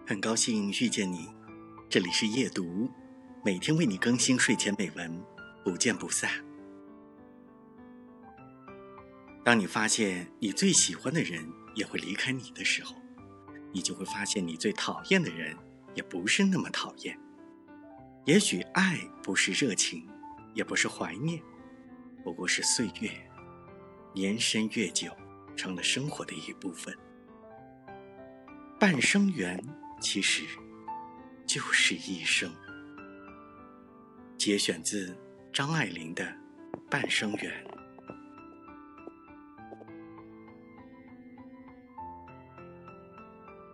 很高兴遇见你，这里是夜读，每天为你更新睡前美文，不见不散。当你发现你最喜欢的人也会离开你的时候，你就会发现你最讨厌的人也不是那么讨厌。也许爱不是热情，也不是怀念，不过是岁月，年深月久，成了生活的一部分。半生缘其实就是一生。节选自张爱玲的《半生缘》。